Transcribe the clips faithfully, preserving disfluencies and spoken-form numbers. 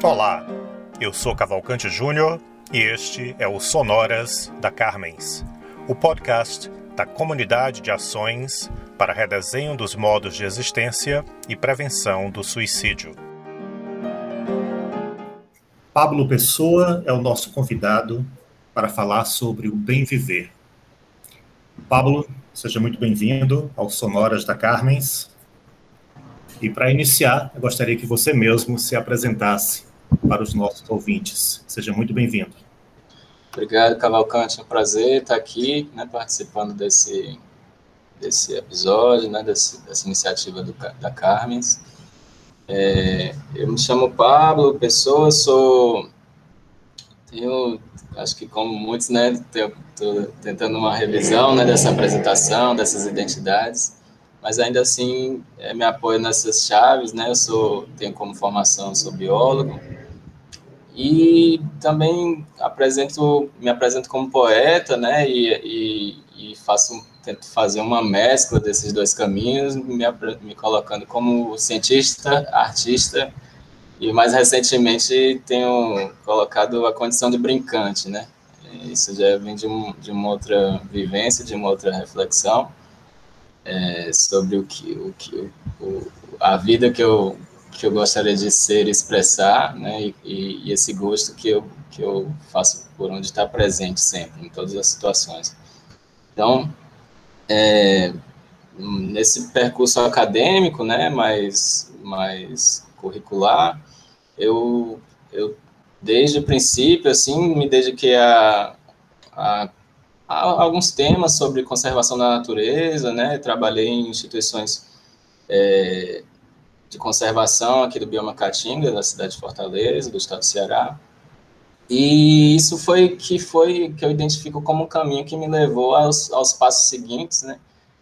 Olá, eu sou Cavalcante Júnior e este é o Sonoras da Carmens, o podcast da Comunidade de Ações para Redesenho dos Modos de Existência e Prevenção do Suicídio. Pablo Pessoa é o nosso convidado para falar sobre o bem viver. Pablo, seja muito bem-vindo ao Sonoras da Carmens. E para iniciar, eu gostaria que você mesmo se apresentasse para os nossos ouvintes. Seja muito bem-vindo. Obrigado, Cavalcante. É um prazer estar aqui, né, participando desse, desse episódio, né, desse, dessa iniciativa do, da Carmens. É, eu me chamo Pablo Pessoa, sou... Tenho, acho que como muitos, né, estou tentando uma revisão, né, dessa apresentação, dessas identidades, mas ainda assim é, me apoio nessas chaves, né, eu sou, tenho como formação, sou biólogo, e também apresento, me apresento como poeta, né, e, e, e faço, tento fazer uma mescla desses dois caminhos, me, me colocando como cientista, artista, e mais recentemente tenho colocado a condição de brincante, né, isso já vem de, um, de uma outra vivência, de uma outra reflexão, é, sobre o que, o que o, a vida que eu que eu gostaria de ser e expressar, né, e, e, e esse gosto que eu, que eu faço por onde está presente sempre, em todas as situações. Então, é, nesse percurso acadêmico, né, mais, mais curricular, eu, eu, desde o princípio, assim, me dediquei a, a, a alguns temas sobre conservação da natureza, né, trabalhei em instituições é, de conservação aqui do Bioma Caatinga, da cidade de Fortaleza, do estado do Ceará. E isso foi que foi que eu identifico como um caminho que me levou aos, aos passos seguintes, né?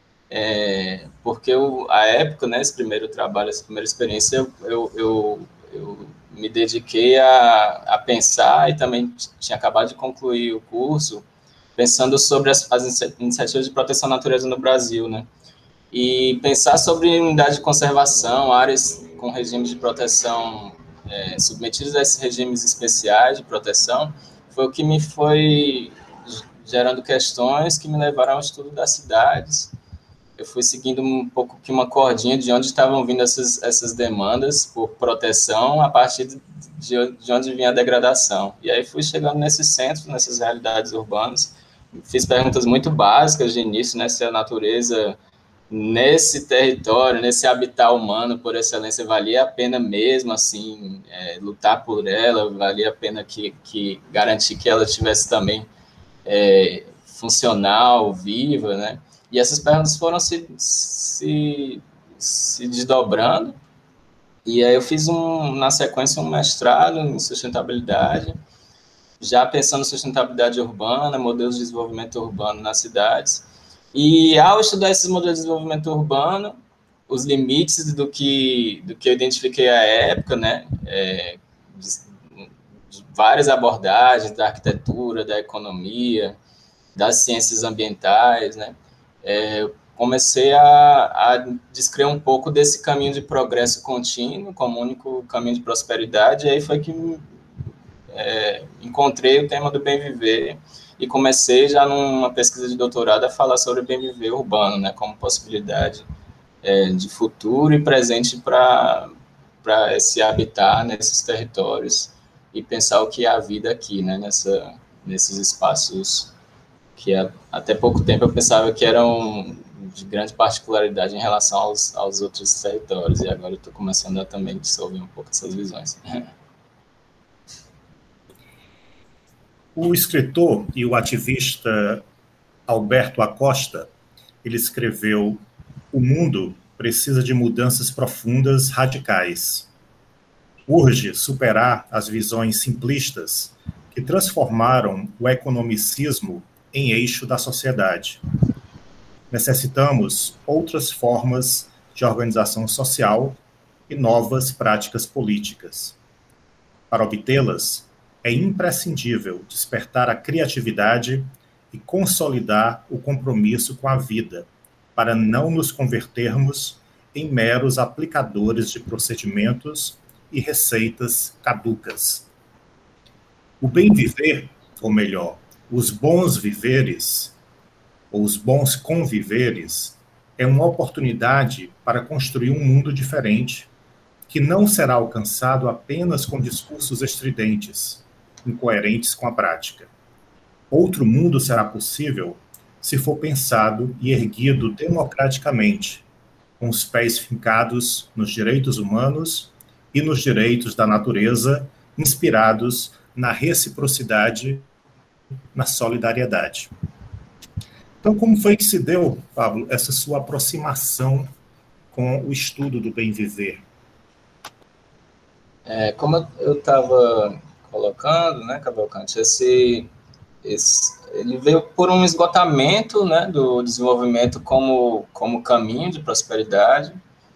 É, porque eu, a época, né, esse primeiro trabalho, essa primeira experiência, eu, eu, eu, eu me dediquei a, a pensar, e também tinha acabado de concluir o curso, pensando sobre as, as iniciativas de proteção à natureza no Brasil, né? E pensar sobre unidade de conservação, áreas com regimes de proteção é, submetidos a esses regimes especiais de proteção, foi o que me foi gerando questões que me levaram ao estudo das cidades. Eu fui seguindo um pouco que uma cordinha de onde estavam vindo essas, essas demandas por proteção a partir de, de, de onde vinha a degradação. E aí fui chegando nesses centros, nessas realidades urbanas, fiz perguntas muito básicas de início, né, se a natureza nesse território, nesse habitat humano, por excelência, valia a pena mesmo, assim, é, lutar por ela, valia a pena que, que garantir que ela tivesse também é, funcional, viva, né? E essas perguntas foram se, se, se desdobrando, e aí eu fiz, um, na sequência, um mestrado em sustentabilidade, já pensando em sustentabilidade urbana, modelos de desenvolvimento urbano nas cidades. E ao estudar esses modelos de desenvolvimento urbano, os limites do que, do que eu identifiquei à época, né, é, de, de várias abordagens da arquitetura, da economia, das ciências ambientais, né, é, eu comecei a, a descrever um pouco desse caminho de progresso contínuo como único caminho de prosperidade, e aí foi que é, encontrei o tema do bem viver, e comecei já numa pesquisa de doutorado a falar sobre o bem viver urbano, né, como possibilidade é, de futuro e presente para para se habitar nesses territórios e pensar o que é a vida aqui, né, nessa, nesses espaços que até pouco tempo eu pensava que eram de grande particularidade em relação aos, aos outros territórios, e agora eu estou começando a também dissolver um pouco dessas visões. O escritor e o ativista Alberto Acosta, ele escreveu: "O mundo precisa de mudanças profundas, radicais. Urge superar as visões simplistas que transformaram o economicismo em eixo da sociedade. Necessitamos outras formas de organização social e novas práticas políticas. Para obtê-las, é imprescindível despertar a criatividade e consolidar o compromisso com a vida, para não nos convertermos em meros aplicadores de procedimentos e receitas caducas. O bem viver, ou melhor, os bons viveres, ou os bons conviveres, é uma oportunidade para construir um mundo diferente, que não será alcançado apenas com discursos estridentes, incoerentes com a prática. Outro mundo será possível se for pensado e erguido democraticamente, com os pés fincados nos direitos humanos e nos direitos da natureza, inspirados na reciprocidade, na solidariedade. Então, como foi que se deu, Pablo, essa sua aproximação com o estudo do bem viver? É, como eu estava colocando, né, Cavalcante, esse, esse, ele veio por um esgotamento, né, do desenvolvimento como, como caminho de prosperidade,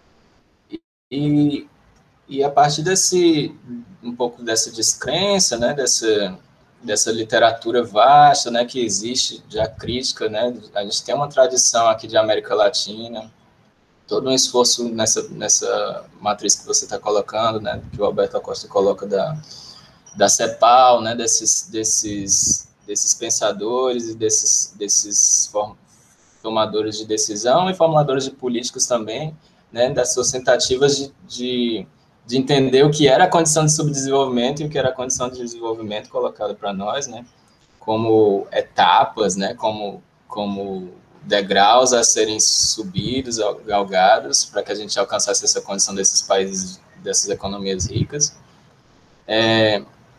e, e a partir desse, um pouco dessa descrença, né, dessa, dessa literatura vasta, né, que existe já crítica, né, a gente tem uma tradição aqui de América Latina, todo um esforço nessa, nessa matriz que você está colocando, né, que o Alberto Acosta coloca da, da CEPAL, né, desses, desses, desses pensadores e desses, desses tomadores de decisão e formuladores de políticos também, né, das suas tentativas de, de, de entender o que era a condição de subdesenvolvimento e o que era a condição de desenvolvimento colocada para nós, né, como etapas, né, como, como degraus a serem subidos, galgados, para que a gente alcançasse essa condição desses países, dessas economias ricas. É,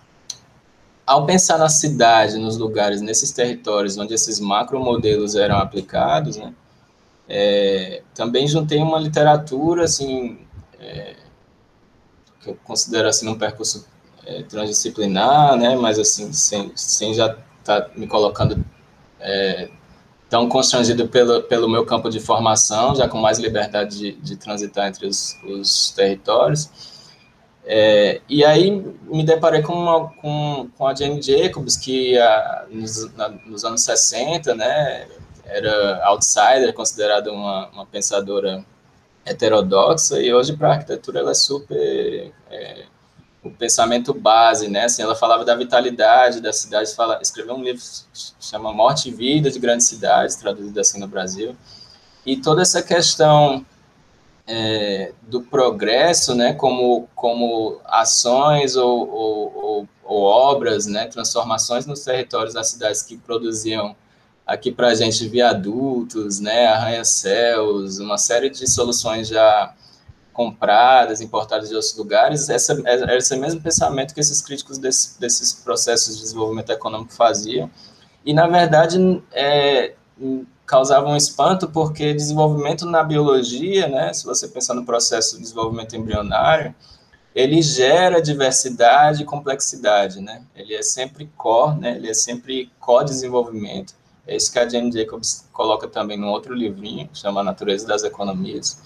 ao pensar na cidade, nos lugares, nesses territórios onde esses macromodelos eram aplicados, né, é, também juntei uma literatura, assim, é, que eu considero, assim, um percurso é, transdisciplinar, né, mas, assim, sem, sem já estar tá me colocando é, tão constrangido pelo, pelo meu campo de formação, já com mais liberdade de, de transitar entre os, os territórios. É, e aí me deparei com, uma, com, com a Jane Jacobs, que a, nos, na, nos anos sessenta, né, era outsider, considerada uma, uma pensadora heterodoxa, e hoje para a arquitetura ela é super... É, o pensamento base, né? Assim, ela falava da vitalidade das cidades, fala, escreveu um livro que chama Morte e Vida de Grandes Cidades, traduzido assim no Brasil, e toda essa questão é, do progresso, né, como, como ações ou, ou, ou, ou obras, né, transformações nos territórios das cidades que produziam aqui para a gente viadutos, né, arranha-céus, uma série de soluções já compradas, importadas de outros lugares, essa, esse mesmo pensamento que esses críticos desse, desses processos de desenvolvimento econômico faziam, e, na verdade, é, causava um espanto, porque desenvolvimento na biologia, né, se você pensar no processo de desenvolvimento embrionário, ele gera diversidade e complexidade, né, ele é sempre core, né, ele é sempre co-desenvolvimento, é isso que a Jane Jacobs coloca também num outro livrinho, que chama A Natureza das Economias.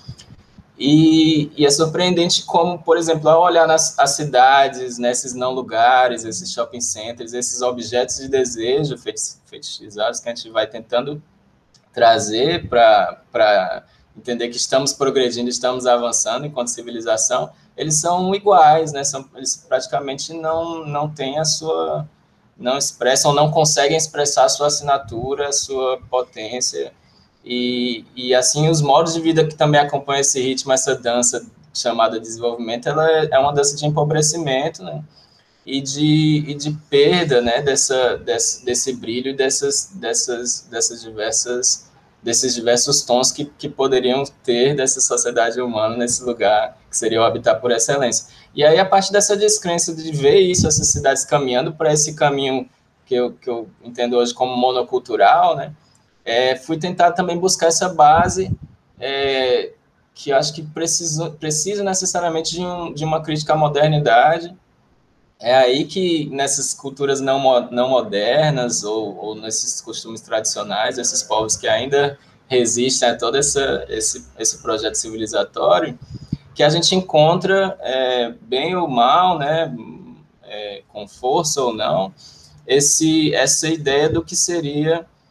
E, e é surpreendente como, por exemplo, ao olhar nas as cidades, nesses não lugares, esses shopping centers, esses objetos de desejo fetichizados que a gente vai tentando trazer para entender que estamos progredindo, estamos avançando enquanto civilização, eles são iguais, né? São, eles praticamente não, não têm a sua... não expressam, não conseguem expressar a sua assinatura, a sua potência. E, e, assim, os modos de vida que também acompanham esse ritmo, essa dança chamada desenvolvimento, ela é uma dança de empobrecimento, né? E de, e de perda, né? Dessa, desse, desse brilho e dessas, dessas, dessas diversas, desses diversos tons que, que poderiam ter dessa sociedade humana nesse lugar, que seria o habitat por excelência. E aí, a partir dessa descrença de ver isso, essas cidades caminhando para esse caminho que eu, que eu entendo hoje como monocultural, né? É, fui tentar também buscar essa base é, que acho que precisa, precisa necessariamente de, um, de uma crítica à modernidade. É aí que nessas culturas não, não modernas ou, ou nesses costumes tradicionais, esses povos que ainda resistem a todo essa, esse, esse projeto civilizatório, que a gente encontra, é, bem ou mal, né, é, com força ou não, esse, essa ideia do que seria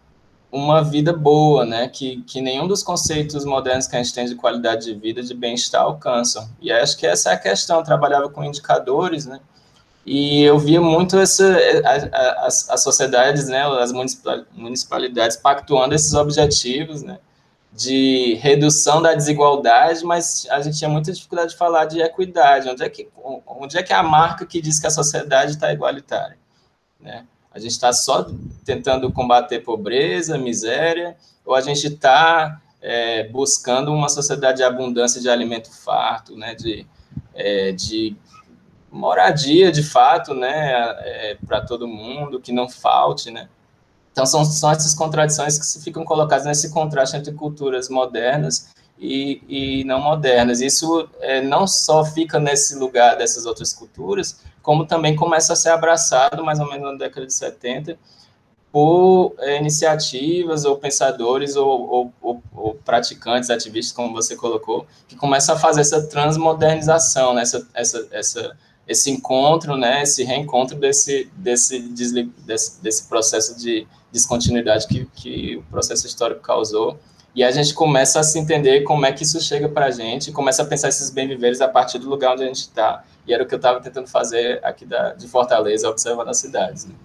uma vida boa, né, que, que nenhum dos conceitos modernos que a gente tem de qualidade de vida, de bem-estar, alcançam. E acho que essa é a questão. Eu trabalhava com indicadores, né, e eu via muito essa, a, a, as, as sociedades, né, as municipalidades pactuando esses objetivos, né, de redução da desigualdade, mas a gente tinha muita dificuldade de falar de equidade. Onde é que, onde é que é a marca que diz que a sociedade está igualitária, né? A gente está só tentando combater pobreza, miséria, ou a gente está é, buscando uma sociedade de abundância de alimento farto, né, de, é, de moradia, de fato, né, é, para todo mundo, que não falte, né? Então, são, são essas contradições que se ficam colocadas nesse contraste entre culturas modernas e, e não modernas. Isso é, não só fica nesse lugar dessas outras culturas, como também começa a ser abraçado, mais ou menos na década de setenta, por é, iniciativas ou pensadores ou, ou, ou, ou praticantes, ativistas, como você colocou, que começam a fazer essa transmodernização, né? essa, essa, essa, esse encontro, né? Esse reencontro desse, desse, desse, desse processo de descontinuidade que, que o processo histórico causou. E a gente começa a se entender como é que isso chega para a gente, começa a pensar esses bem-viveres a partir do lugar onde a gente está. E era o que eu estava tentando fazer aqui da, de Fortaleza, observando as cidades, né?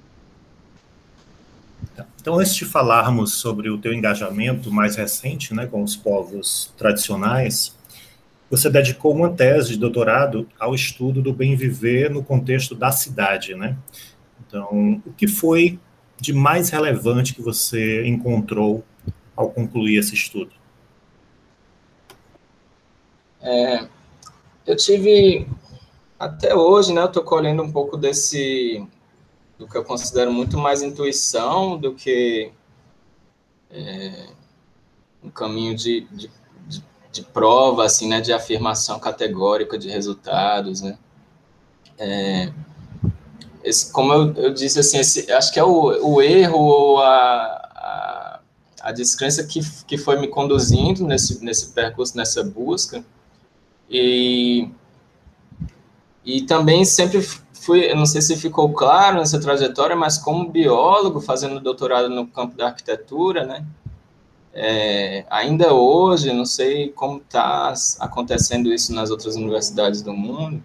Então, antes de falarmos sobre o teu engajamento mais recente, né, com os povos tradicionais, você dedicou uma tese de doutorado ao estudo do bem-viver no contexto da cidade, né? Então, o que foi de mais relevante que você encontrou ao concluir esse estudo? É, eu tive, até hoje, né, eu estou colhendo um pouco desse, do que eu considero muito mais intuição do que é, um caminho de, de, de, de prova, assim, né, de afirmação categórica de resultados, né. É, esse, como eu, eu disse, assim, esse, acho que é o, o erro ou a, a, a descrença que, que foi me conduzindo nesse, nesse percurso, nessa busca. E, e também sempre fui, eu não sei se ficou claro nessa trajetória, mas como biólogo, fazendo doutorado no campo da arquitetura, né, é, ainda hoje, não sei como está acontecendo isso nas outras universidades do mundo,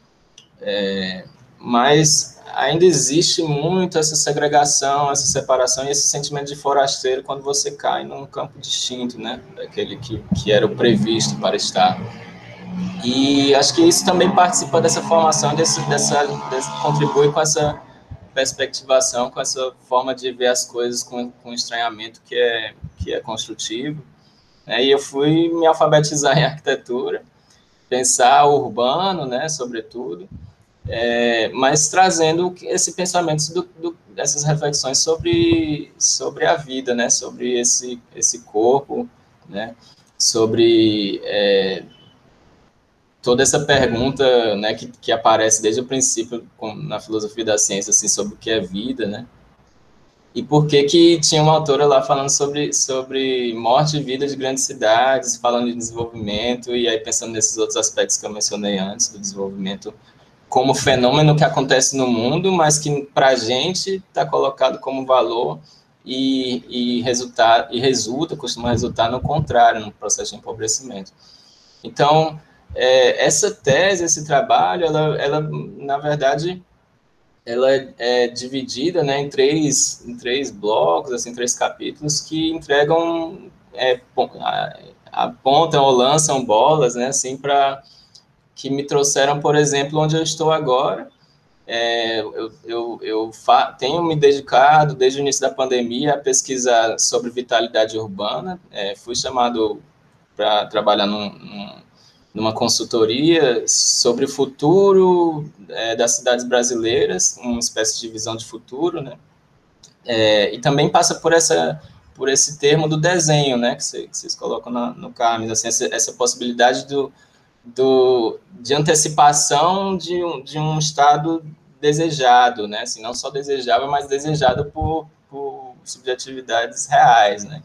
é, mas ainda existe muito essa segregação, essa separação e esse sentimento de forasteiro quando você cai num campo distinto, né, daquele que, que era o previsto para estar. E acho que isso também participa dessa formação, desse, dessa, desse, contribui com essa perspectivação, com essa forma de ver as coisas com, com estranhamento que é, que é construtivo. É, e eu fui me alfabetizar em arquitetura, pensar o urbano, né, sobretudo, é, mas trazendo esse pensamento do, do, dessas reflexões sobre, sobre a vida, né, sobre esse, esse corpo, né, sobre é, toda essa pergunta, né, que, que aparece desde o princípio com, na filosofia da ciência, assim, sobre o que é vida, né, e por que que tinha uma autora lá falando sobre, sobre morte e vida de grandes cidades, falando de desenvolvimento, e aí pensando nesses outros aspectos que eu mencionei antes, do desenvolvimento como fenômeno que acontece no mundo, mas que para a gente está colocado como valor e, e, resultar, e resulta, costuma resultar no contrário, no processo de empobrecimento. Então, é, essa tese, esse trabalho, ela, ela na verdade, ela é, é dividida, né, em, três, em três blocos, assim, três capítulos que entregam, é, apontam ou lançam bolas, né, assim, para que me trouxeram, por exemplo, onde eu estou agora. É, eu eu, eu fa- tenho me dedicado, desde o início da pandemia, a pesquisar sobre vitalidade urbana. É, fui chamado para trabalhar num, num, numa consultoria sobre o futuro é, das cidades brasileiras, uma espécie de visão de futuro, né? É, e também passa por essa por esse termo do desenho, né, que, cê, que vocês colocam na, no Carmes, assim, essa, essa possibilidade do Do, de antecipação de um, de um estado desejado, né? Assim, não só desejável, mas desejado por, por subjetividades reais, né?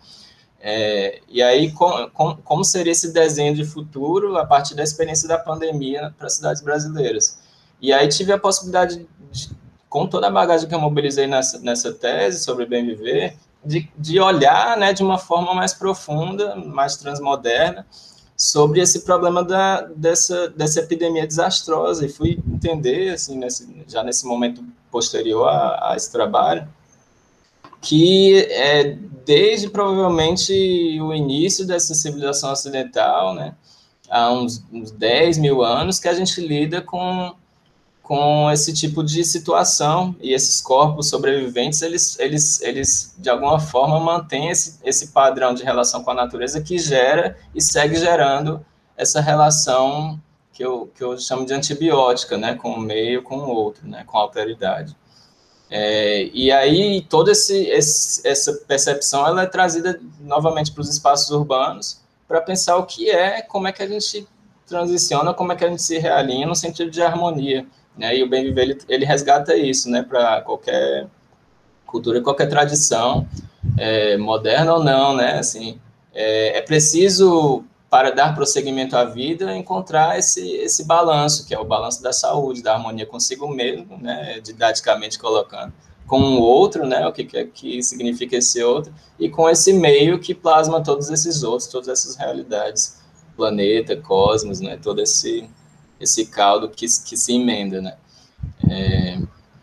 É, e aí, com, com, como seria esse desenho de futuro a partir da experiência da pandemia para as cidades brasileiras? E aí tive a possibilidade, de, com toda a bagagem que eu mobilizei nessa, nessa tese sobre bem viver, de, de olhar, né, de uma forma mais profunda, mais transmoderna, sobre esse problema da, dessa, dessa epidemia desastrosa, e fui entender, assim, nesse, já nesse momento posterior a, a esse trabalho, que é desde provavelmente o início dessa civilização ocidental, né, há uns, uns dez mil anos, que a gente lida com, com esse tipo de situação, e esses corpos sobreviventes, eles, eles, eles de alguma forma, mantêm esse, esse padrão de relação com a natureza que gera e segue gerando essa relação que eu, que eu chamo de antibiótica, né, com o meio, com o outro, né, com a alteridade. É, e aí, toda esse, esse, essa percepção ela é trazida novamente para os espaços urbanos para pensar o que é, como é que a gente transiciona, como é que a gente se realinha no sentido de harmonia, né? E o bem viver, ele, ele resgata isso, né, para qualquer cultura, qualquer tradição, é, moderna ou não, né? Assim, é, é preciso, para dar prosseguimento à vida, encontrar esse, esse balanço, que é o balanço da saúde, da harmonia consigo mesmo, né, didaticamente colocando, com o outro, né, o que, que, que significa esse outro, e com esse meio que plasma todos esses outros, todas essas realidades, planeta, cosmos, né, todo esse, esse caldo que, que se emenda, né. É...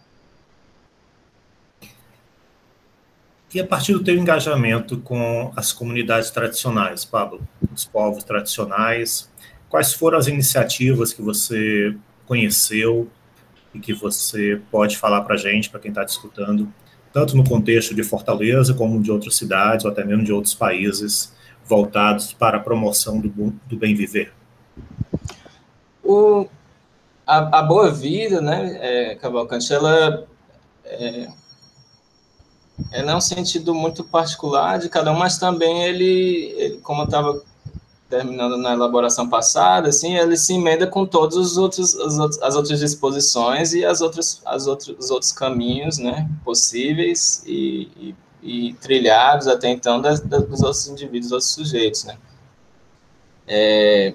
E a partir do teu engajamento com as comunidades tradicionais, Pablo, os povos tradicionais, quais foram as iniciativas que você conheceu e que você pode falar para a gente, para quem está te escutando, tanto no contexto de Fortaleza, como de outras cidades, ou até mesmo de outros países, voltados para a promoção do, do bem viver? O, a, a boa vida, né, é, Cavalcante, ela é, ela é um sentido muito particular de cada um, mas também ele, ele como eu estava terminando na elaboração passada, assim, ele se emenda com todos os outros, as, outras, as outras disposições e as outras, as outros, os outros caminhos, né, possíveis e, e, e trilhados até então das, das, dos outros indivíduos, outros sujeitos, né. É,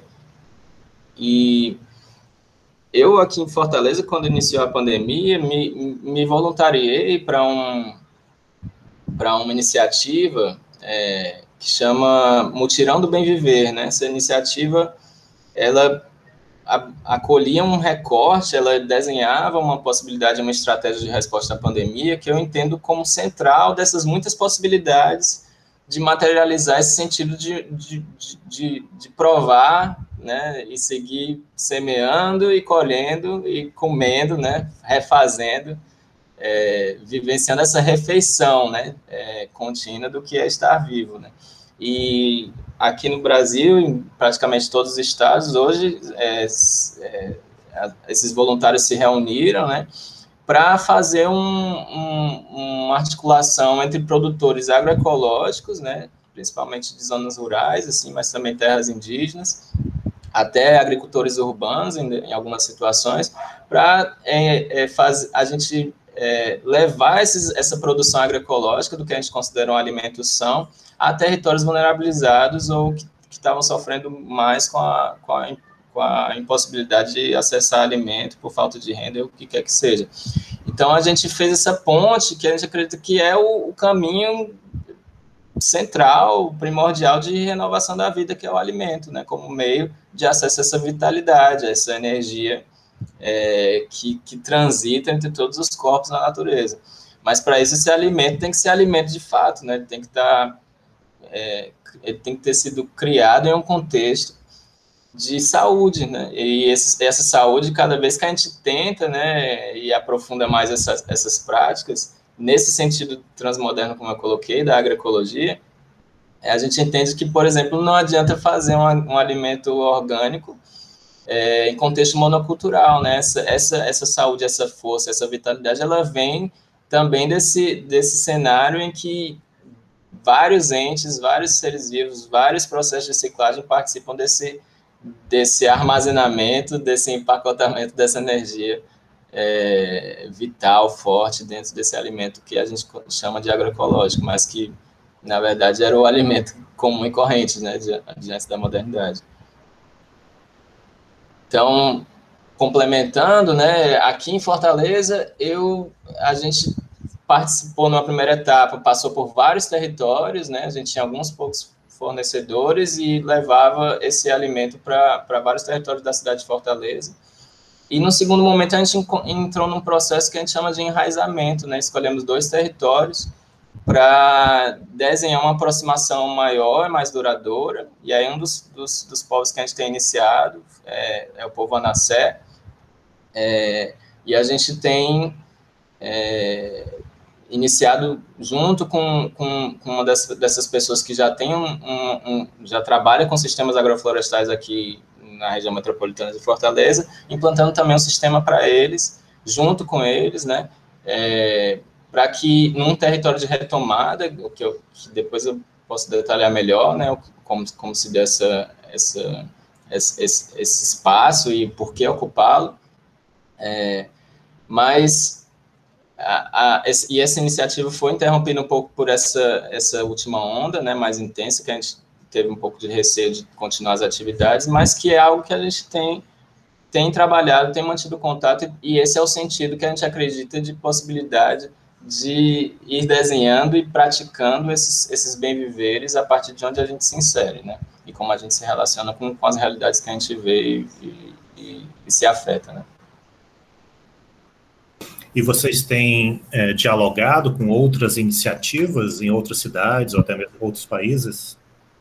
e eu aqui em Fortaleza, quando iniciou a pandemia, me, me voluntariei para um, para uma iniciativa é, que chama Mutirão do Bem Viver, né? Essa iniciativa, ela acolhia um recorte, ela desenhava uma possibilidade, uma estratégia de resposta à pandemia que eu entendo como central dessas muitas possibilidades de materializar esse sentido de, de, de, de provar, né, e seguir semeando e colhendo e comendo, né, refazendo, é, vivenciando essa refeição, né, é, contínua do que é estar vivo, né. E aqui no Brasil, em praticamente todos os estados, hoje, é, é, esses voluntários se reuniram, né, para fazer um, um, uma articulação entre produtores agroecológicos, né, principalmente de zonas rurais, assim, mas também terras indígenas, até agricultores urbanos, em, em algumas situações, para é, é, a gente é, levar esses, essa produção agroecológica, do que a gente considera um alimento são, a territórios vulnerabilizados ou que estavam sofrendo mais com a, com, a, com a impossibilidade de acessar alimento por falta de renda, ou o que quer que seja. Então, a gente fez essa ponte que a gente acredita que é o, o caminho central, primordial de renovação da vida, que é o alimento, né, como meio de acesso a essa vitalidade, a essa energia é, que, que transita entre todos os corpos na natureza. Mas, para isso, esse alimento tem que ser alimento de fato, né, ele tem que estar, é, ele tem que ter sido criado em um contexto de saúde, né, e esse, essa saúde, cada vez que a gente tenta, né, e aprofunda mais essas, essas práticas, nesse sentido transmoderno, como eu coloquei, da agroecologia, a gente entende que, por exemplo, não adianta fazer um, um alimento orgânico é, em contexto monocultural, né? Essa, essa, essa saúde, essa força, essa vitalidade, ela vem também desse, desse cenário em que vários entes, vários seres vivos, vários processos de ciclagem participam desse, desse armazenamento, desse empacotamento dessa energia É, vital, forte dentro desse alimento que a gente chama de agroecológico, mas que, na verdade, era o alimento comum e corrente, né, diante da modernidade. Então, complementando, né, aqui em Fortaleza, eu, a gente participou numa primeira etapa, passou por vários territórios, né? A gente tinha alguns poucos fornecedores e levava esse alimento para vários territórios da cidade de Fortaleza. E no segundo momento a gente entrou num processo que a gente chama de enraizamento, né? Escolhemos dois territórios para desenhar uma aproximação maior, mais duradoura. E aí um dos, dos, dos povos que a gente tem iniciado é, é o povo Anassé. É, e a gente tem é, iniciado junto com, com, com uma dessas, dessas pessoas que já tem um, um, um, já trabalha com sistemas agroflorestais aqui na região metropolitana de Fortaleza, implantando também um sistema para eles, junto com eles, né, é, para que num território de retomada, que, eu, que depois eu posso detalhar melhor, né, como, como se deu essa, essa, esse, esse espaço e por que ocupá-lo, é, mas a, a, esse, e essa iniciativa foi interrompida um pouco por essa, essa última onda, né, mais intensa, que a gente teve um pouco de receio de continuar as atividades, mas que é algo que a gente tem, tem trabalhado, tem mantido contato, e esse é o sentido que a gente acredita de possibilidade de ir desenhando e praticando esses, esses bem-viveres a partir de onde a gente se insere, né? E como a gente se relaciona com, com as realidades que a gente vê e, e, e, e se afeta, né? E vocês têm é, dialogado com outras iniciativas em outras cidades ou até mesmo outros países?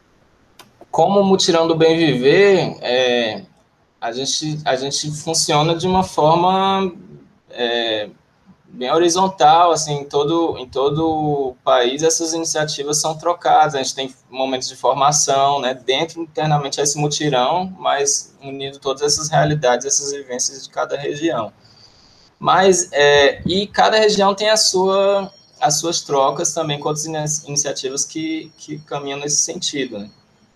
Como mutirão do bem viver, é, a, gente, a gente funciona de uma forma é, bem horizontal, assim, em todo, em todo o país essas iniciativas são trocadas, a gente tem momentos de formação, né, dentro internamente a esse mutirão, mas unindo todas essas realidades, essas vivências de cada região. Mas, é, e cada região tem a sua, as suas trocas também com outras iniciativas que, que caminham nesse sentido, né?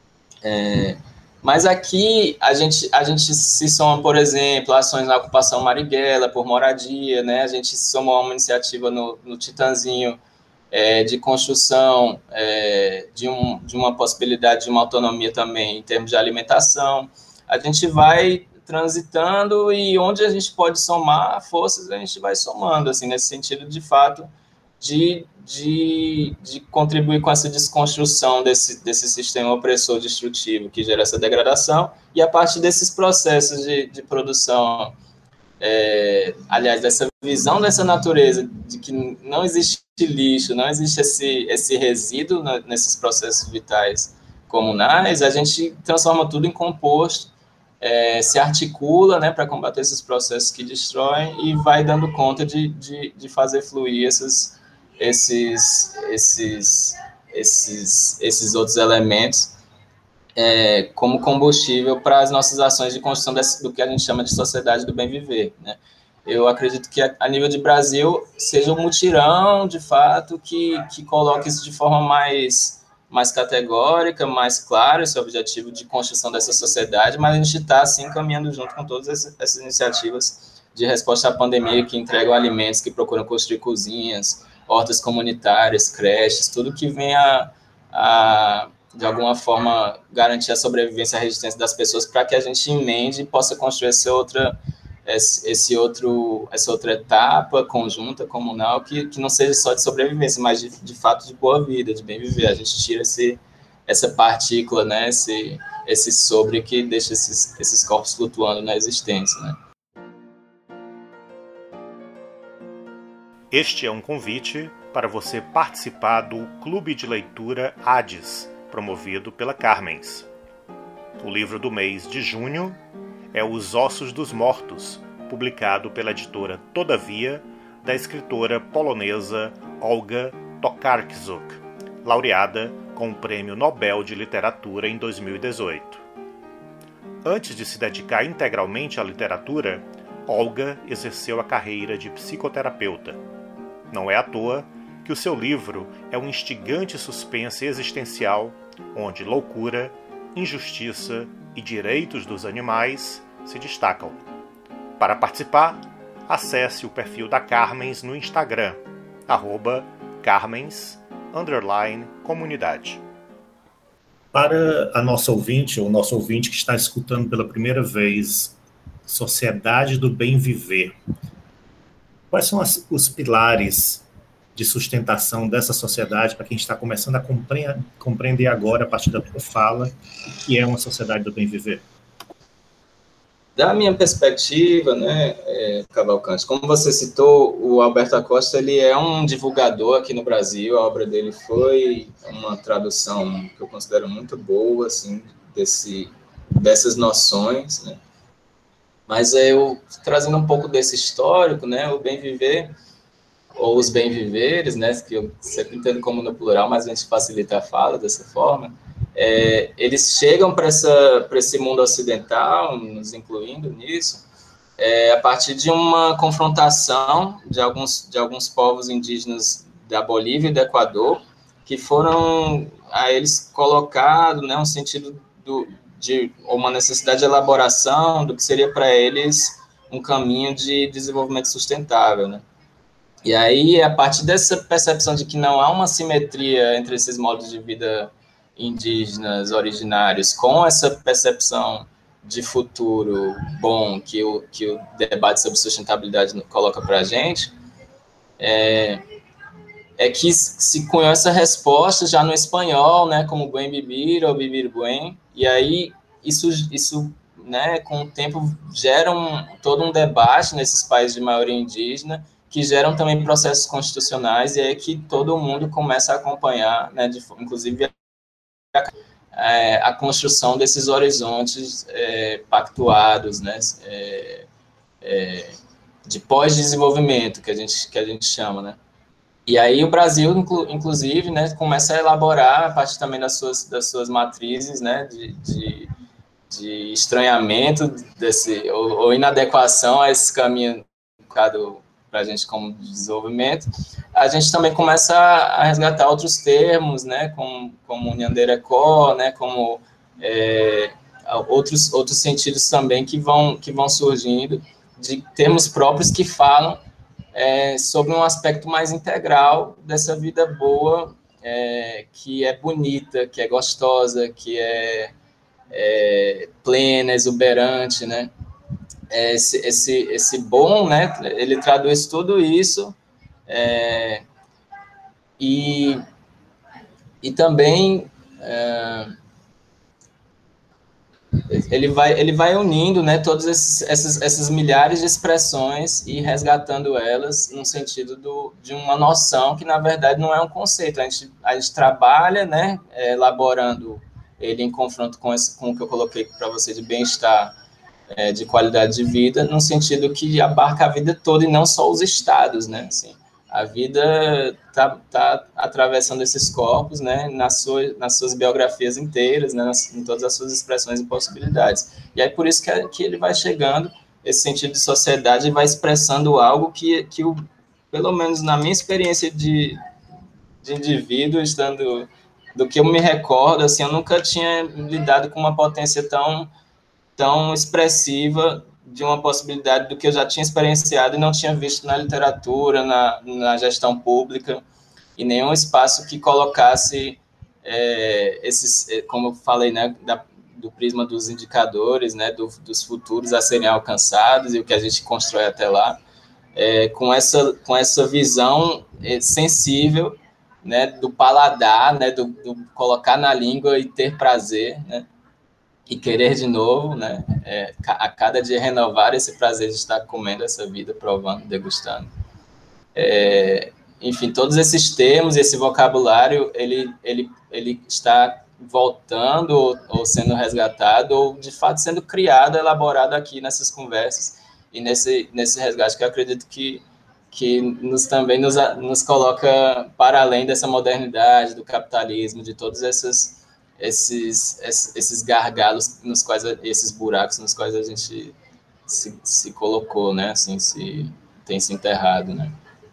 É, mas aqui a gente, a gente se soma, por exemplo, ações na ocupação Marighella por moradia, né? A gente se somou a uma iniciativa no, no Titanzinho é, de construção é, de, um, de uma possibilidade de uma autonomia também em termos de alimentação. A gente vai transitando e onde a gente pode somar forças, a gente vai somando, assim, nesse sentido, de fato, de, de, de contribuir com essa desconstrução desse, desse sistema opressor destrutivo que gera essa degradação, e a partir desses processos de, de produção, é, aliás, dessa visão dessa natureza, de que não existe lixo, não existe esse, esse resíduo nesses processos vitais comunais, a gente transforma tudo em composto, É, se articula, né, para combater esses processos que destroem e vai dando conta de, de, de fazer fluir esses, esses, esses, esses, esses outros elementos é, como combustível para as nossas ações de construção desse, do que a gente chama de sociedade do bem viver, né? Eu acredito que a, a nível de Brasil seja um mutirão, de fato, que, que coloque isso de forma mais... mais categórica, mais clara, esse objetivo de construção dessa sociedade, mas a gente está, assim, caminhando junto com todas essas iniciativas de resposta à pandemia, que entregam alimentos, que procuram construir cozinhas, hortas comunitárias, creches, tudo que venha a, de alguma forma, garantir a sobrevivência e a resistência das pessoas para que a gente emende e possa construir essa outra, esse outro, essa outra etapa conjunta, comunal, que, que não seja só de sobrevivência, mas de, de fato de boa vida, de bem viver. A gente tira esse, essa partícula, né, esse, esse sobre que deixa esses, esses corpos flutuando na existência, né? Este é um convite para você participar do Clube de Leitura Hades, promovido pela Carmens. O livro do mês de junho é Os Ossos dos Mortos, publicado pela editora Todavia, da escritora polonesa Olga Tokarczuk, laureada com o Prêmio Nobel de Literatura em dois mil e dezoito. Antes de se dedicar integralmente à literatura, Olga exerceu a carreira de psicoterapeuta. Não é à toa que o seu livro é um instigante suspense existencial, onde loucura, injustiça e direitos dos animais se destacam. Para participar, acesse o perfil da Carmens no Instagram, arroba Carmens, underline, comunidade. Para a nossa ouvinte, ou nosso ouvinte que está escutando pela primeira vez Sociedade do Bem Viver, quais são as, os pilares de sustentação dessa sociedade, para quem está começando a compreender, compreender agora, a partir da tua fala, que é uma sociedade do bem viver? Da minha perspectiva, né, é, Cavalcante, como você citou, o Alberto Acosta, ele é um divulgador aqui no Brasil, a obra dele foi uma tradução que eu considero muito boa, assim, desse, dessas noções, né, mas eu, trazendo um pouco desse histórico, né, o bem viver, ou os bem-viveres, né, que eu sempre entendo como no plural, mas a gente facilita a fala dessa forma, é, eles chegam para esse mundo ocidental, nos incluindo nisso, é, a partir de uma confrontação de alguns, de alguns povos indígenas da Bolívia e do Equador, que foram a eles colocado, né, um sentido do, de uma necessidade de elaboração do que seria para eles um caminho de desenvolvimento sustentável, né? E aí, a partir dessa percepção de que não há uma simetria entre esses modos de vida indígenas originários, com essa percepção de futuro bom que o, que o debate sobre sustentabilidade coloca para a gente, é, é que se cunhou essa resposta já no espanhol, né, como buen vivir ou vivir bem, e aí isso, isso né, com o tempo gera um, todo um debate nesses países de maioria indígena, que geram também processos constitucionais, e é que todo mundo começa a acompanhar, né, de, inclusive a, é, a construção desses horizontes é, pactuados, né, é, é, de pós-desenvolvimento, que a gente, que a gente chama, né. E aí o Brasil, inclu, inclusive, né, começa a elaborar, a partir também das suas, das suas matrizes, né, de, de, de estranhamento desse, ou, ou inadequação a esse caminho para a gente como desenvolvimento, a gente também começa a resgatar outros termos, né, como, como Nhanderecó, né, como é, outros, outros sentidos também que vão, que vão surgindo, de termos próprios que falam é, sobre um aspecto mais integral dessa vida boa, é, que é bonita, que é gostosa, que é, é plena, exuberante, né? Esse, esse, esse bom, né, ele traduz tudo isso, é, e, e também é, ele, vai, ele vai unindo, né, todas esses, essas, essas milhares de expressões e resgatando elas no sentido do, de uma noção que, na verdade, não é um conceito. A gente, a gente trabalha, né, elaborando ele em confronto com, esse, com o que eu coloquei para você de bem-estar, É, de qualidade de vida, no sentido que abarca a vida toda e não só os estados, né? Assim, a vida tá, tá atravessando esses corpos, né? Nas suas, nas suas biografias inteiras, né? Nas, em todas as suas expressões e possibilidades. E aí por isso que, é, que ele vai chegando, esse sentido de sociedade, e vai expressando algo que, que o, pelo menos na minha experiência de, de indivíduo, estando do que eu me recordo, assim, eu nunca tinha lidado com uma potência tão tão expressiva de uma possibilidade do que eu já tinha experienciado e não tinha visto na literatura, na, na gestão pública, e nenhum espaço que colocasse é, esses, como eu falei, né, da, do prisma dos indicadores, né, do, dos futuros a serem alcançados e o que a gente constrói até lá, é, com, essa, com essa visão sensível, né, do paladar, né, do, do colocar na língua e ter prazer, né, e querer de novo, né? É, a cada dia renovar esse prazer de estar comendo essa vida, provando, degustando. É, enfim, todos esses termos, esse vocabulário, ele, ele, ele está voltando ou, ou sendo resgatado, ou de fato sendo criado, elaborado aqui nessas conversas e nesse, nesse resgate que eu acredito que, que nos, também nos, nos coloca para além dessa modernidade, do capitalismo, de todas essas Esses, esses gargalos nos quais, esses buracos nos quais a gente se, se colocou, né? Assim, se, tem se enterrado, né?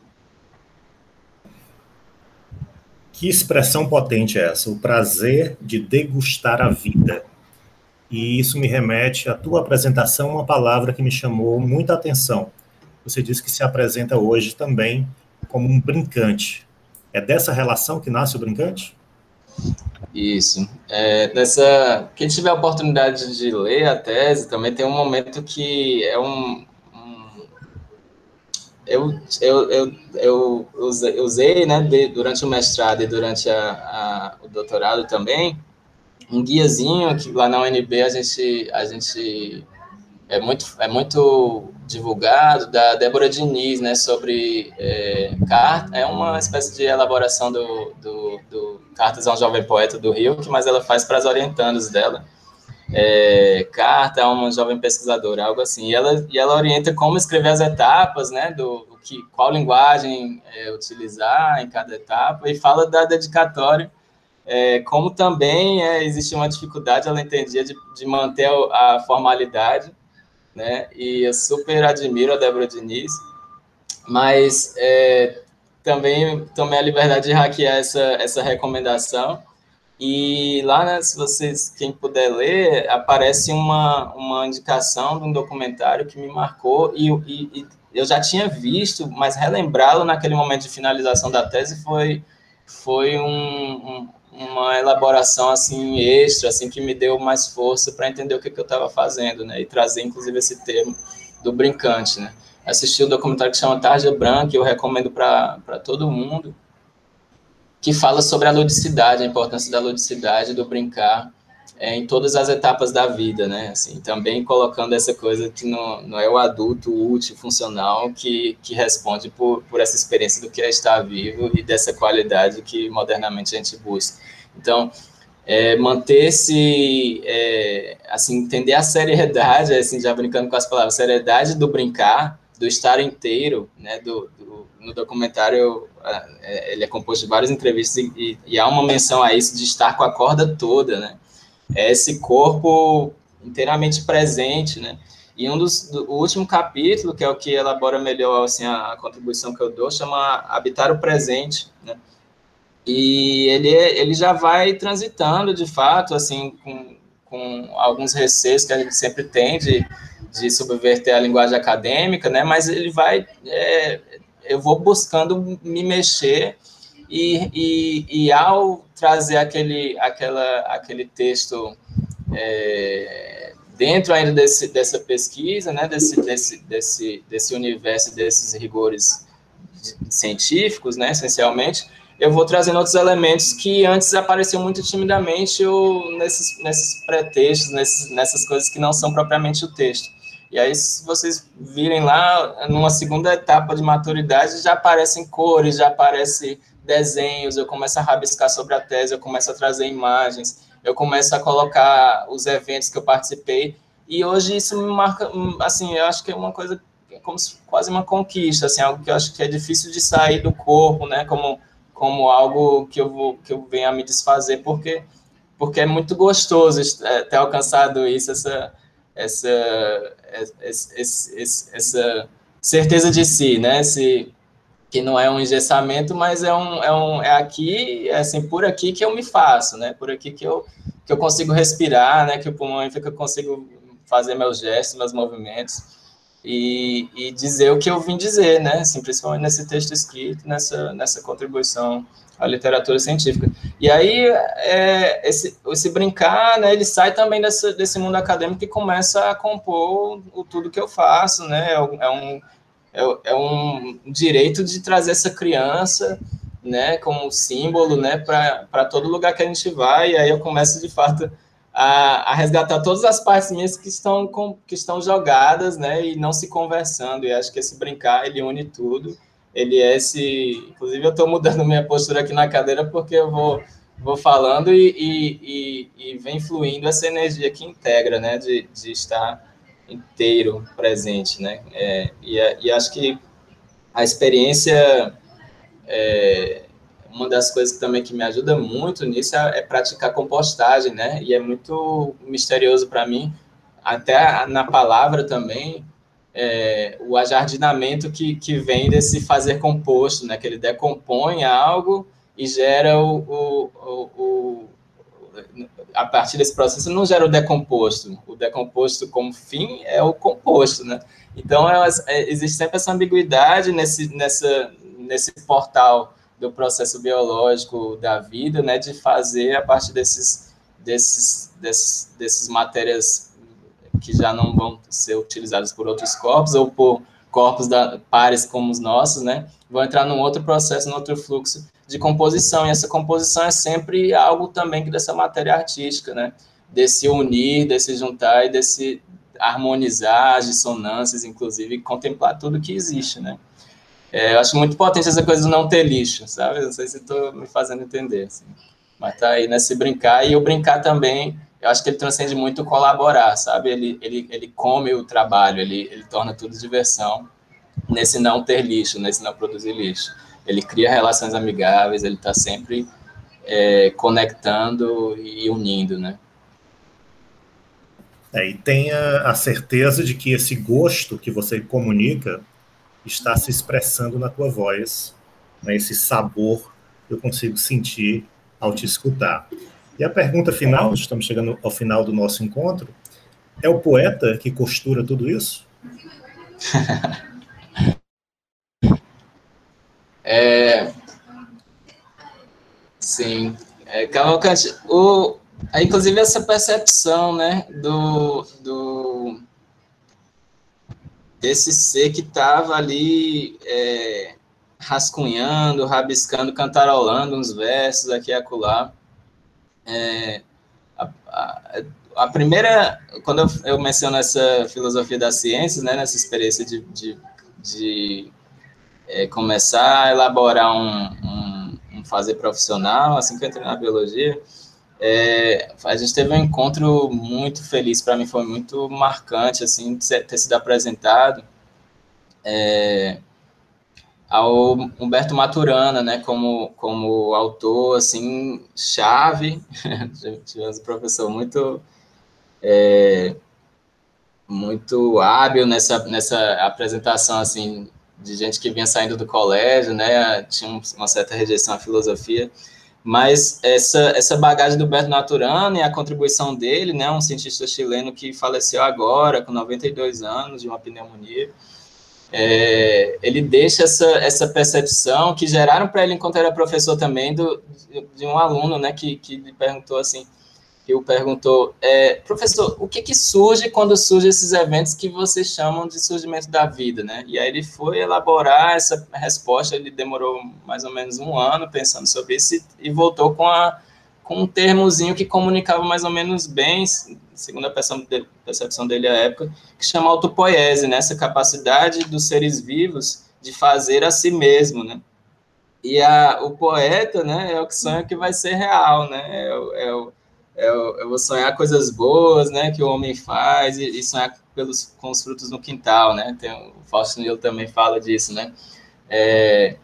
Que expressão potente é essa? O prazer de degustar a vida. E isso me remete à tua apresentação, uma palavra que me chamou muita atenção. Você disse que se apresenta hoje também como um brincante. É dessa relação que nasce o brincante? Isso. É, dessa, quem tiver a oportunidade de ler a tese, também tem um momento que é um, um eu, eu, eu, eu usei, né, de, durante o mestrado e durante a, a, o doutorado também, um guiazinho que lá na U N B a gente, a gente é, muito, é muito divulgado, da Débora Diniz, né, sobre é, carta, é uma espécie de elaboração do, do, do Cartas a um Jovem Poeta do Rio, que mais ela faz para as orientandas dela. É, carta a uma jovem pesquisadora, algo assim, e ela, e ela orienta como escrever as etapas, né, do, do que, qual linguagem é, utilizar em cada etapa, e fala da dedicatória, é, como também é, existe uma dificuldade, ela entendia, de, de manter a, a formalidade, né, e eu super admiro a Débora Diniz, mas é, também tomei a liberdade de hackear essa, essa recomendação. E lá, né, se vocês, quem puder ler, aparece uma, uma indicação de um documentário que me marcou e, e, e eu já tinha visto, mas relembrá-lo naquele momento de finalização da tese foi, foi um, um, uma elaboração assim extra, assim, que me deu mais força para entender o que, que eu estava fazendo, né, e trazer, inclusive, esse termo do brincante, né. Assisti o um documentário que chama Tarja Branca, e eu recomendo para todo mundo, que fala sobre a ludicidade, a importância da ludicidade, do brincar é, em todas as etapas da vida, né? Assim, também colocando essa coisa que não, não é o adulto útil, funcional, que, que responde por, por essa experiência do que é estar vivo e dessa qualidade que modernamente a gente busca. Então, é, manter-se, é, assim, entender a seriedade, assim, já brincando com as palavras, seriedade do brincar, do estar inteiro, né, do, do, no documentário ele é composto de várias entrevistas e, e, e há uma menção a isso de estar com a corda toda, né, é esse corpo inteiramente presente, né, e um dos, do, o último capítulo, que é o que elabora melhor, assim, a, a contribuição que eu dou, chama Habitar o Presente, né, e ele, ele já vai transitando, de fato, assim, com, com alguns receios que a gente sempre tem de, de subverter a linguagem acadêmica, né? Mas ele vai... É, eu vou buscando me mexer e, e, e ao trazer aquele, aquela, aquele texto é, dentro ainda desse, dessa pesquisa, né? Desse, desse, desse, desse universo, desses rigores científicos, né? Essencialmente, eu vou trazendo outros elementos que antes apareciam muito timidamente ou nesses, nesses pretextos, nesses, nessas coisas que não são propriamente o texto. E aí, se vocês virem lá, numa segunda etapa de maturidade, já aparecem cores, já aparecem desenhos, eu começo a rabiscar sobre a tese, eu começo a trazer imagens, eu começo a colocar os eventos que eu participei, e hoje isso me marca, assim, eu acho que é uma coisa, como se, quase uma conquista, assim, algo que eu acho que é difícil de sair do corpo, né, como... como algo que eu vou que eu venho a me desfazer, porque porque é muito gostoso ter alcançado isso, essa essa essa, essa, essa certeza de si, né? Esse, que não é um engessamento, mas é um é um é aqui, é assim, por aqui que eu me faço, né? Por aqui que eu que eu consigo respirar, né? Que o pulmão fica, eu consigo fazer meus gestos, meus movimentos. E, e dizer o que eu vim dizer, né? Assim, principalmente nesse texto escrito, nessa, nessa contribuição à literatura científica. E aí, é, esse, esse brincar, né, ele sai também desse, desse mundo acadêmico e começa a compor o tudo que eu faço, né? É um, é, é um direito de trazer essa criança, né, como símbolo, né, para todo lugar que a gente vai, e aí eu começo, de fato, A, a resgatar todas as partes minhas que estão, com, que estão jogadas, né, e não se conversando, e acho que esse brincar, ele une tudo, ele é esse... Inclusive, eu estou mudando minha postura aqui na cadeira, porque eu vou, vou falando e, e, e, e vem fluindo essa energia que integra, né, de, de estar inteiro, presente, né, é, e, e acho que a experiência... É, uma das coisas também que me ajuda muito nisso é, é praticar compostagem, né? E é muito misterioso para mim, até na palavra também, é, o ajardinamento que, que vem desse fazer composto, né? Que ele decompõe algo e gera o, o, o, o a partir desse processo não gera o decomposto. O decomposto como fim é o composto, né? Então, é, é, existe sempre essa ambiguidade nesse, nessa, nesse portal do processo biológico da vida, né, de fazer a partir desses, desses, desses, desses matérias que já não vão ser utilizadas por outros corpos ou por, corpos da, pares como os nossos, né, vão entrar num outro processo, num outro fluxo de composição, e essa composição é sempre algo também dessa matéria artística, né, desse unir, desse juntar e desse harmonizar as dissonâncias, inclusive, e contemplar tudo que existe, né. É, eu acho muito potente essa coisa do não ter lixo, sabe? Não sei se estou me fazendo entender, assim. Mas tá aí nesse brincar, e o brincar também, eu acho que ele transcende muito o colaborar, sabe? Ele, ele, ele come o trabalho, ele, ele torna tudo diversão, nesse não ter lixo, nesse não produzir lixo. Ele cria relações amigáveis, ele está sempre é, conectando e unindo, né? É, e tenha a certeza de que esse gosto que você comunica está se expressando na tua voz, né? Esse sabor eu consigo sentir ao te escutar. E a pergunta final, estamos chegando ao final do nosso encontro, é o poeta que costura tudo isso? é, sim, é, Cavalcante, o, inclusive essa percepção, né, do, do desse ser que estava ali é, rascunhando, rabiscando, cantarolando uns versos aqui e acolá. É, a, a, a primeira, quando eu, eu menciono essa filosofia das ciências, né, nessa experiência de, de, de é, começar a elaborar um, um, um fazer profissional, assim que eu entrei na biologia, é, a gente teve um encontro muito feliz, para mim foi muito marcante, assim, ter sido apresentado é, ao Humberto Maturana, né, como, como autor, assim, chave, tivemos um professor muito, é, muito hábil nessa, nessa apresentação, assim, de gente que vinha saindo do colégio, né, tinha uma certa rejeição à filosofia, mas essa, essa bagagem do Humberto Maturana e a contribuição dele, né, um cientista chileno que faleceu agora, com noventa e dois anos, de uma pneumonia, É, ele deixa essa, essa percepção que geraram para ele, enquanto era professor também, do, de, de um aluno, né, que, que lhe perguntou assim, que o perguntou, é, professor, o que que surge quando surgem esses eventos que vocês chamam de surgimento da vida, né? E aí ele foi elaborar essa resposta, ele demorou mais ou menos um ano pensando sobre isso e, e voltou com, a, com um termozinho que comunicava mais ou menos bem, segundo a percepção dele à época, que chama autopoiese, né? Essa capacidade dos seres vivos de fazer a si mesmo, né? E a, o poeta, né, é o que sonha que vai ser real, né? É, o, é, o, é o, eu vou sonhar coisas boas, né, que o homem faz e, e sonhar pelos, com os frutos no quintal, né? Tem, o Fausto Nilo também fala disso, né? É,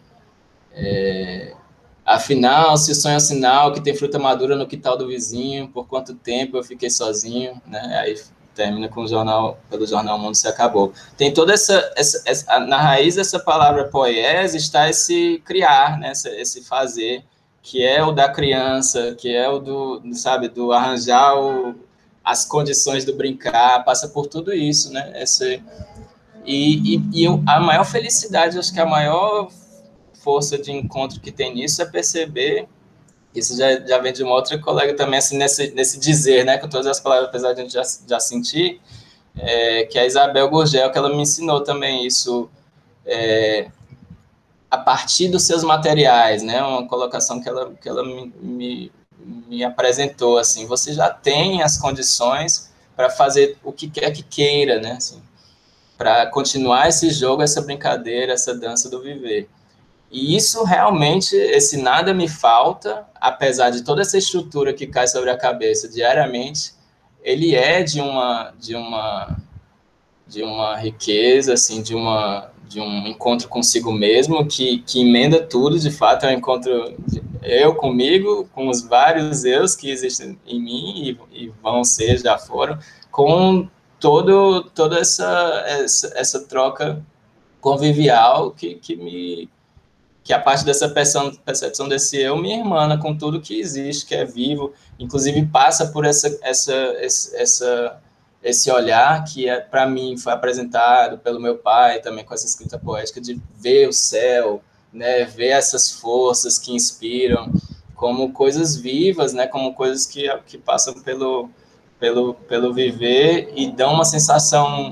é, afinal, se o sonho é um sinal que tem fruta madura no quintal do vizinho, por quanto tempo eu fiquei sozinho, né? Aí termina com o jornal, pelo jornal Mundo se acabou. Tem toda essa, essa, essa na raiz dessa palavra poiese está esse criar, né? Esse, esse fazer, que é o da criança, que é o do, sabe, do arranjar o, as condições do brincar, passa por tudo isso, né? Esse, e, e, e a maior felicidade, acho que a maior força de encontro que tem nisso é perceber, isso já, já vem de uma outra colega também, assim, nesse, nesse dizer, né, com todas as palavras, apesar de a gente já, já sentir, é, que é a Isabel Gurgel, que ela me ensinou também isso, é, a partir dos seus materiais, né, uma colocação que ela, que ela me, me, me apresentou, assim, você já tem as condições para fazer o que quer que queira, né, assim, para continuar esse jogo, essa brincadeira, essa dança do viver. E isso realmente, esse nada me falta, apesar de toda essa estrutura que cai sobre a cabeça diariamente, ele é de uma de uma de uma riqueza, assim, de uma de um encontro consigo mesmo que, que emenda tudo, de fato, é um encontro de eu comigo, com os vários eus que existem em mim e, e vão ser, já foram, com todo toda essa essa, essa troca convivial que, que me que a parte dessa percepção, percepção desse eu me irmana com tudo que existe, que é vivo, inclusive passa por essa, essa, essa, esse olhar que, é, para mim, foi apresentado pelo meu pai, também com essa escrita poética, de ver o céu, né, ver essas forças que inspiram, como coisas vivas, né, como coisas que, que passam pelo, pelo, pelo viver e dão uma sensação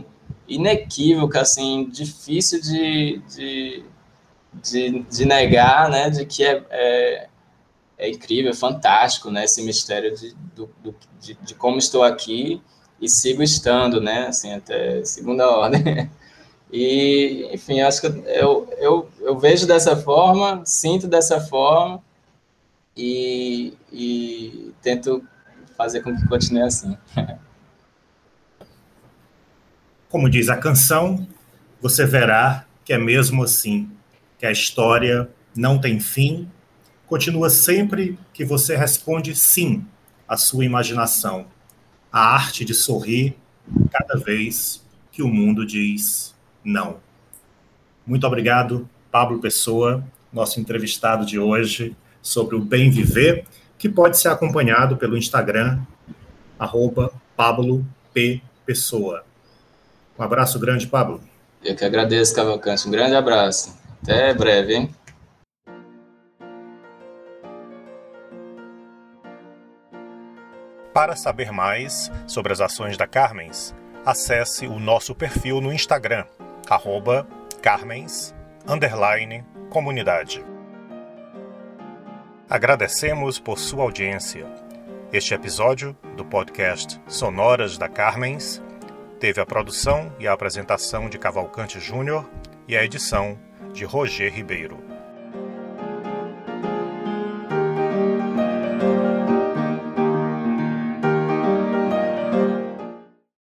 inequívoca, assim, difícil de, de, de, de negar, né, de que é, é, é incrível, é fantástico, né, esse mistério de, do, do, de, de como estou aqui e sigo estando, né, assim, até segunda ordem. E, enfim, acho que eu, eu, eu vejo dessa forma, sinto dessa forma e, e tento fazer com que continue assim. Como diz a canção, você verá que é mesmo assim, que a história não tem fim, continua sempre que você responde sim à sua imaginação, a arte de sorrir cada vez que o mundo diz não. Muito obrigado, Pablo Pessoa, nosso entrevistado de hoje sobre o bem viver, que pode ser acompanhado pelo Instagram, arroba Pablo P. Pessoa. Um abraço grande, Pablo. Eu que agradeço, Cavalcante. Um grande abraço. Até breve, hein? Para saber mais sobre as ações da Carmens, acesse o nosso perfil no Instagram, arroba Carmens, underline, comunidade. Agradecemos por sua audiência. Este episódio do podcast Sonoras da Carmens teve a produção e a apresentação de Cavalcante Júnior e a edição de Roger Ribeiro.